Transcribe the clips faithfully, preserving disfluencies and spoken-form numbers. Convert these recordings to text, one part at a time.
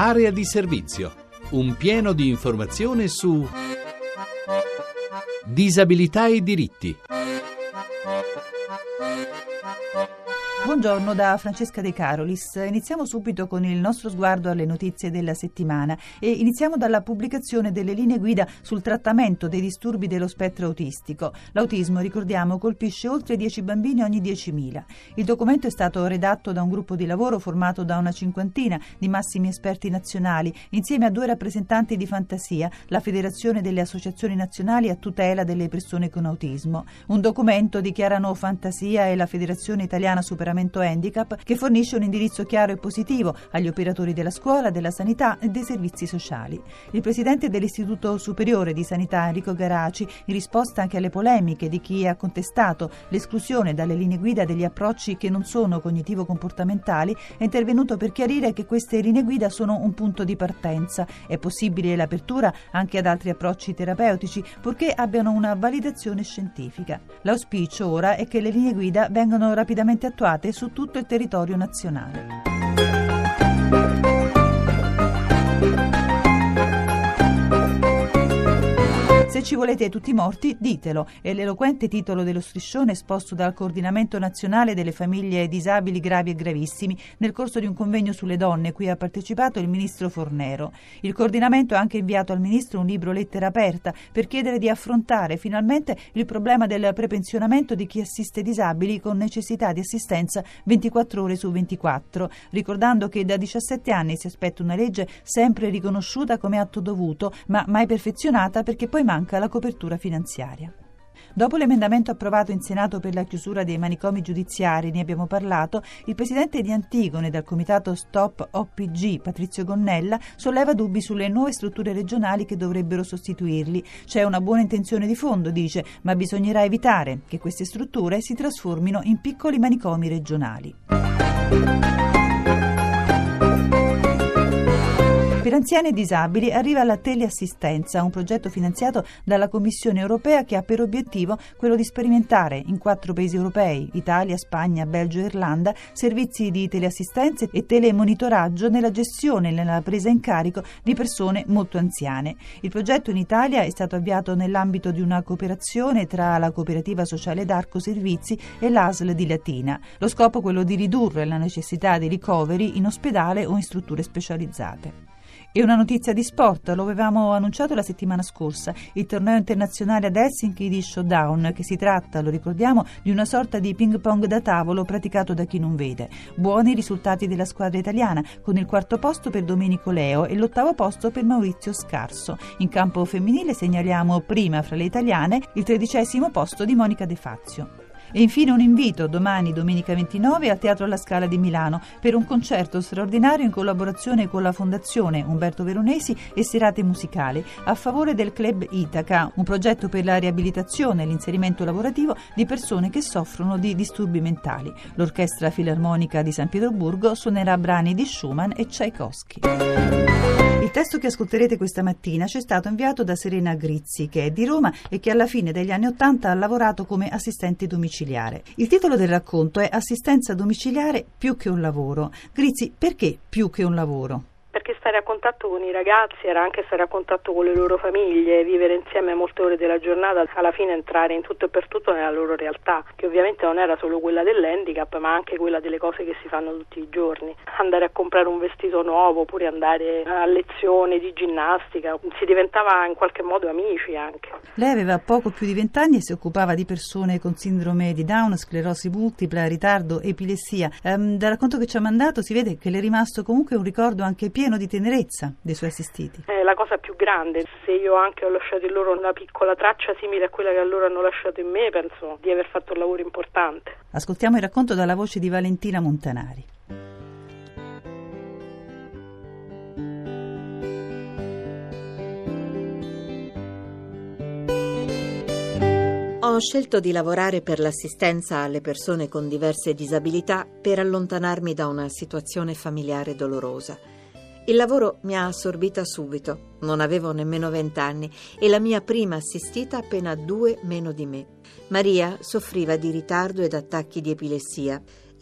Area di servizio, un pieno di informazione su disabilità e diritti. Buongiorno da Francesca De Carolis. Iniziamo subito con il nostro sguardo alle notizie della settimana e iniziamo dalla pubblicazione delle linee guida sul trattamento dei disturbi dello spettro autistico. L'autismo, ricordiamo, colpisce oltre dieci bambini ogni diecimila. Il documento è stato redatto da un gruppo di lavoro formato da una cinquantina di massimi esperti nazionali insieme a due rappresentanti di Fantasia, la Federazione delle Associazioni Nazionali a tutela delle persone con autismo. Un documento, dichiarano Fantasia e la Federazione Italiana Superamento Handicap, che fornisce un indirizzo chiaro e positivo agli operatori della scuola, della sanità e dei servizi sociali. Il presidente dell'Istituto Superiore di Sanità, Enrico Garaci, in risposta anche alle polemiche di chi ha contestato l'esclusione dalle linee guida degli approcci che non sono cognitivo-comportamentali, è intervenuto per chiarire che queste linee guida sono un punto di partenza. È possibile l'apertura anche ad altri approcci terapeutici, purché abbiano una validazione scientifica. L'auspicio ora è che le linee guida vengano rapidamente attuate su tutto il territorio nazionale. Se ci volete tutti morti, ditelo, è l'eloquente titolo dello striscione esposto dal Coordinamento Nazionale delle Famiglie Disabili Gravi e Gravissimi nel corso di un convegno sulle donne cui ha partecipato il ministro Fornero. Il coordinamento ha anche inviato al ministro un libro lettera aperta per chiedere di affrontare finalmente il problema del prepensionamento di chi assiste disabili con necessità di assistenza ventiquattro ore su ventiquattro, ricordando che da diciassette anni si aspetta una legge sempre riconosciuta come atto dovuto, ma mai perfezionata perché poi manca la copertura finanziaria. Dopo l'emendamento approvato in Senato per la chiusura dei manicomi giudiziari, ne abbiamo parlato, il presidente di Antigone del comitato Stop O P G, Patrizio Gonnella, solleva dubbi sulle nuove strutture regionali che dovrebbero sostituirli. C'è una buona intenzione di fondo, dice, ma bisognerà evitare che queste strutture si trasformino in piccoli manicomi regionali. Per anziani e disabili arriva la teleassistenza, un progetto finanziato dalla Commissione europea che ha per obiettivo quello di sperimentare in quattro paesi europei, Italia, Spagna, Belgio e Irlanda, servizi di teleassistenza e telemonitoraggio nella gestione e nella presa in carico di persone molto anziane. Il progetto in Italia è stato avviato nell'ambito di una cooperazione tra la Cooperativa Sociale d'Arco Servizi e l'A S L di Latina. Lo scopo è quello di ridurre la necessità di ricoveri in ospedale o in strutture specializzate. E una notizia di sport, lo avevamo annunciato la settimana scorsa, il torneo internazionale ad Helsinki di Showdown, che si tratta, lo ricordiamo, di una sorta di ping pong da tavolo praticato da chi non vede. Buoni i risultati della squadra italiana, con il quarto posto per Domenico Leo e l'ottavo posto per Maurizio Scarso. In campo femminile segnaliamo prima fra le italiane il tredicesimo posto di Monica De Fazio. E infine un invito domani, domenica ventinove, al Teatro alla Scala di Milano per un concerto straordinario in collaborazione con la Fondazione Umberto Veronesi e serate musicali a favore del Club Itaca, un progetto per la riabilitazione e l'inserimento lavorativo di persone che soffrono di disturbi mentali. L'Orchestra Filarmonica di San Pietroburgo suonerà brani di Schumann e Tchaikovsky. Il testo che ascolterete questa mattina ci è stato inviato da Serena Grizzi, che è di Roma e che alla fine degli anni Ottanta ha lavorato come assistente domiciliare. Il titolo del racconto è Assistenza domiciliare più che un lavoro. Grizzi, perché più che un lavoro? Perché stare a contatto con i ragazzi era anche stare a contatto con le loro famiglie, vivere insieme molte ore della giornata, alla fine entrare in tutto e per tutto nella loro realtà, che ovviamente non era solo quella dell'handicap, ma anche quella delle cose che si fanno tutti i giorni. Andare a comprare un vestito nuovo, oppure andare a lezione di ginnastica, si diventava in qualche modo amici anche. Lei aveva poco più di vent'anni e si occupava di persone con sindrome di Down, sclerosi multipla, ritardo, epilessia. Ehm, dal racconto che ci ha mandato si vede che le è rimasto comunque un ricordo anche pieno di tenerezza dei suoi assistiti. È la cosa più grande. Se io anche ho lasciato in loro una piccola traccia simile a quella che loro hanno lasciato in me, penso di aver fatto un lavoro importante. Ascoltiamo il racconto dalla voce di Valentina Montanari. Ho scelto di lavorare per l'assistenza alle persone con diverse disabilità per allontanarmi da una situazione familiare dolorosa. Il lavoro mi ha assorbita subito, non avevo nemmeno vent'anni e la mia prima assistita appena due meno di me. Maria soffriva di ritardo ed attacchi di epilessia.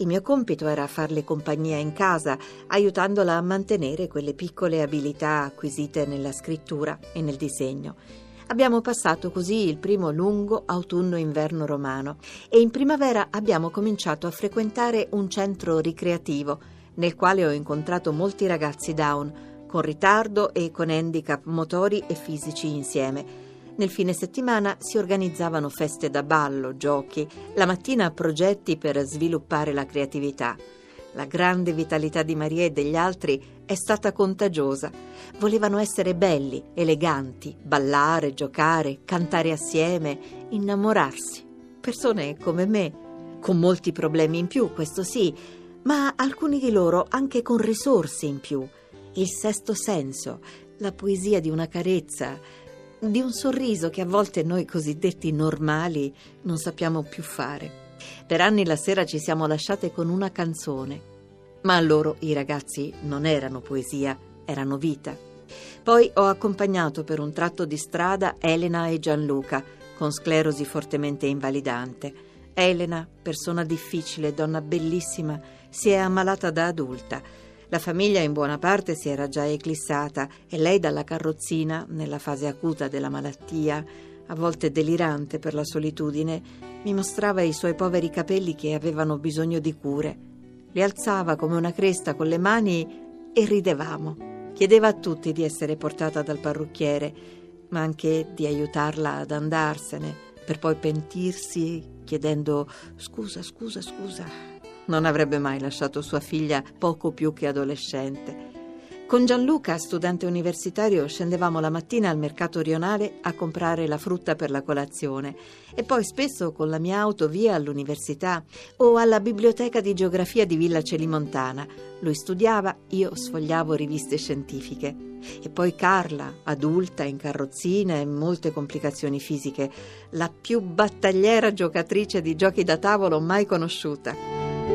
Il mio compito era farle compagnia in casa, aiutandola a mantenere quelle piccole abilità acquisite nella scrittura e nel disegno. Abbiamo passato così il primo lungo autunno-inverno romano e in primavera abbiamo cominciato a frequentare un centro ricreativo nel quale ho incontrato molti ragazzi Down, con ritardo e con handicap motori e fisici insieme. Nel fine settimana si organizzavano feste da ballo, giochi, la mattina progetti per sviluppare la creatività. La grande vitalità di Maria e degli altri è stata contagiosa. Volevano essere belli, eleganti, ballare, giocare, cantare assieme, innamorarsi. Persone come me, con molti problemi in più, questo sì, ma alcuni di loro anche con risorse in più. Il sesto senso, la poesia di una carezza, di un sorriso che a volte noi cosiddetti normali non sappiamo più fare. Per anni la sera ci siamo lasciate con una canzone, ma a loro i ragazzi non erano poesia, erano vita. Poi ho accompagnato per un tratto di strada Elena e Gianluca, con sclerosi fortemente invalidante. Elena, persona difficile, donna bellissima, si è ammalata da adulta. La famiglia in buona parte si era già eclissata e lei dalla carrozzina, nella fase acuta della malattia, a volte delirante per la solitudine, mi mostrava i suoi poveri capelli che avevano bisogno di cure. Li alzava come una cresta con le mani e ridevamo. Chiedeva a tutti di essere portata dal parrucchiere, ma anche di aiutarla ad andarsene, per poi pentirsi chiedendo «scusa, scusa, scusa». Non avrebbe mai lasciato sua figlia poco più che adolescente. Con Gianluca, studente universitario, scendevamo la mattina al mercato rionale a comprare la frutta per la colazione e poi spesso con la mia auto via all'università o alla biblioteca di geografia di Villa Celimontana. Lui studiava, io sfogliavo riviste scientifiche. E poi Carla, adulta, in carrozzina e molte complicazioni fisiche, la più battagliera giocatrice di giochi da tavolo mai conosciuta.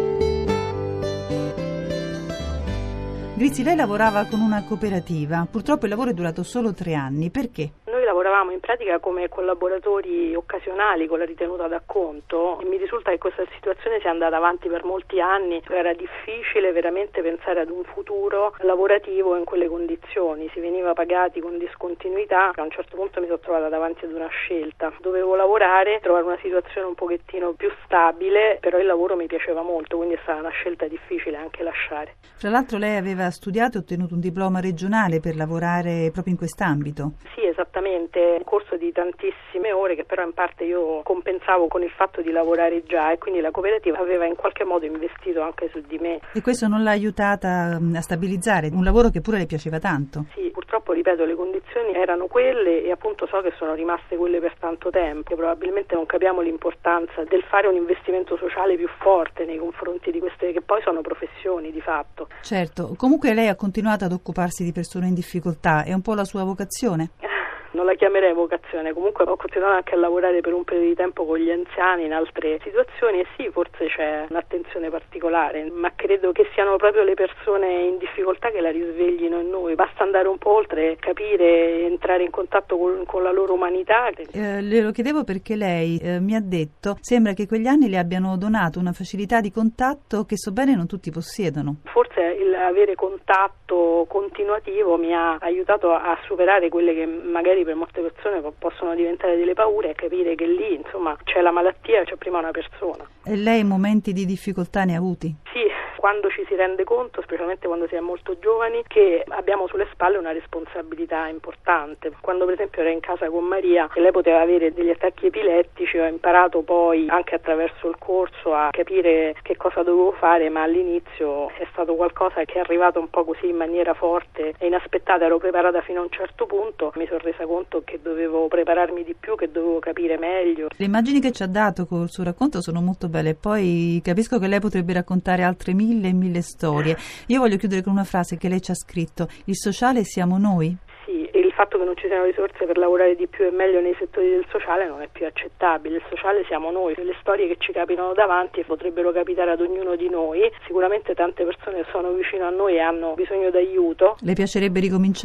Grizzi, lei lavorava con una cooperativa, purtroppo il lavoro è durato solo tre anni, perché? Noi lavoravamo in pratica come collaboratori occasionali con la ritenuta d'acconto e mi risulta che questa situazione sia andata avanti per molti anni. Era difficile veramente pensare ad un futuro lavorativo in quelle condizioni, si veniva pagati con discontinuità. A un certo punto mi sono trovata davanti ad una scelta, dovevo lavorare, trovare una situazione un pochettino più stabile, però il lavoro mi piaceva molto, quindi è stata una scelta difficile anche lasciare. Fra l'altro lei aveva studiato e ottenuto un diploma regionale per lavorare proprio in quest'ambito. Sì, esattamente, un corso di tantissime ore che però in parte io compensavo con il fatto di lavorare già e quindi la cooperativa aveva in qualche modo investito anche su di me. E questo non l'ha aiutata a stabilizzare un lavoro che pure le piaceva tanto? Sì, purtroppo ripeto, le condizioni erano quelle e appunto so che sono rimaste quelle per tanto tempo. Probabilmente non capiamo l'importanza del fare un investimento sociale più forte nei confronti di queste che poi sono professioni di fatto. Certo, comunque lei ha continuato ad occuparsi di persone in difficoltà, è un po' la sua vocazione? Non la chiamerei vocazione, comunque ho continuato anche a lavorare per un periodo di tempo con gli anziani in altre situazioni e sì, forse c'è un'attenzione particolare, ma credo che siano proprio le persone in difficoltà che la risveglino in noi, basta andare un po' oltre, capire, entrare in contatto con, con la loro umanità. Eh, le lo chiedevo perché lei eh, mi ha detto, sembra che quegli anni le abbiano donato una facilità di contatto che so bene non tutti possiedono. Forse il avere contatto continuativo mi ha aiutato a superare quelle che magari per molte persone possono diventare delle paure e capire che lì insomma c'è la malattia e c'è prima una persona. E lei momenti di difficoltà ne ha avuti? Sì, quando ci si rende conto, specialmente quando si è molto giovani, che abbiamo sulle spalle una responsabilità importante. Quando per esempio ero in casa con Maria e lei poteva avere degli attacchi epilettici, ho imparato poi anche attraverso il corso a capire che cosa dovevo fare, ma all'inizio è stato qualcosa che è arrivato un po' così in maniera forte e inaspettata. Ero preparata fino a un certo punto, mi sono resa conto che dovevo prepararmi di più, che dovevo capire meglio. Le immagini che ci ha dato col suo racconto sono molto belle, poi capisco che lei potrebbe raccontare altre mille e mille storie. Io voglio chiudere con una frase che lei ci ha scritto: il sociale siamo noi. Sì, e il fatto che non ci siano risorse per lavorare di più e meglio nei settori del sociale non è più accettabile. Il sociale siamo noi, le storie che ci capitano davanti potrebbero capitare ad ognuno di noi. Sicuramente tante persone sono vicino a noi e hanno bisogno d'aiuto. Le piacerebbe ricominciare?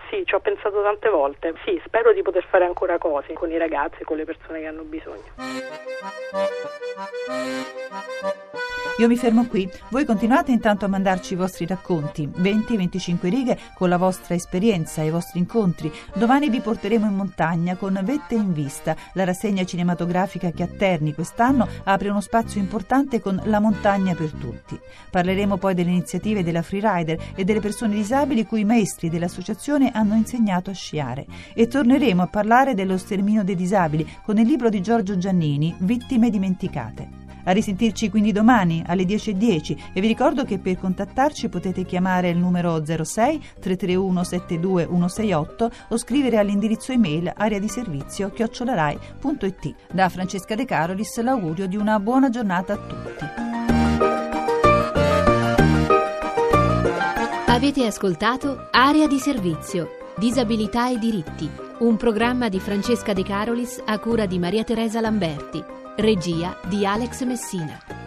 sì, ci ho pensato tante volte. Sì, spero di poter fare ancora cose con i ragazzi, con le persone che hanno bisogno. Io mi fermo qui. Voi continuate intanto a mandarci i vostri racconti, venti venticinque righe con la vostra esperienza e i vostri incontri. Domani vi porteremo in montagna con Vette in Vista, la rassegna cinematografica che a Terni quest'anno apre uno spazio importante con La montagna per tutti. Parleremo poi delle iniziative della Freerider e delle persone disabili cui i maestri dell'associazione hanno insegnato a sciare. E torneremo a parlare dello sterminio dei disabili con il libro di Giorgio Giannini, Vittime dimenticate. A risentirci quindi domani alle dieci e dieci e vi ricordo che per contattarci potete chiamare il numero zero sei tre tre uno sette due uno sei otto o scrivere all'indirizzo email area di servizio chiocciolarai punto it. Da Francesca De Carolis l'augurio di una buona giornata a tutti. Avete ascoltato Area di Servizio, Disabilità e diritti, un programma di Francesca De Carolis a cura di Maria Teresa Lamberti. Regia di Alex Messina.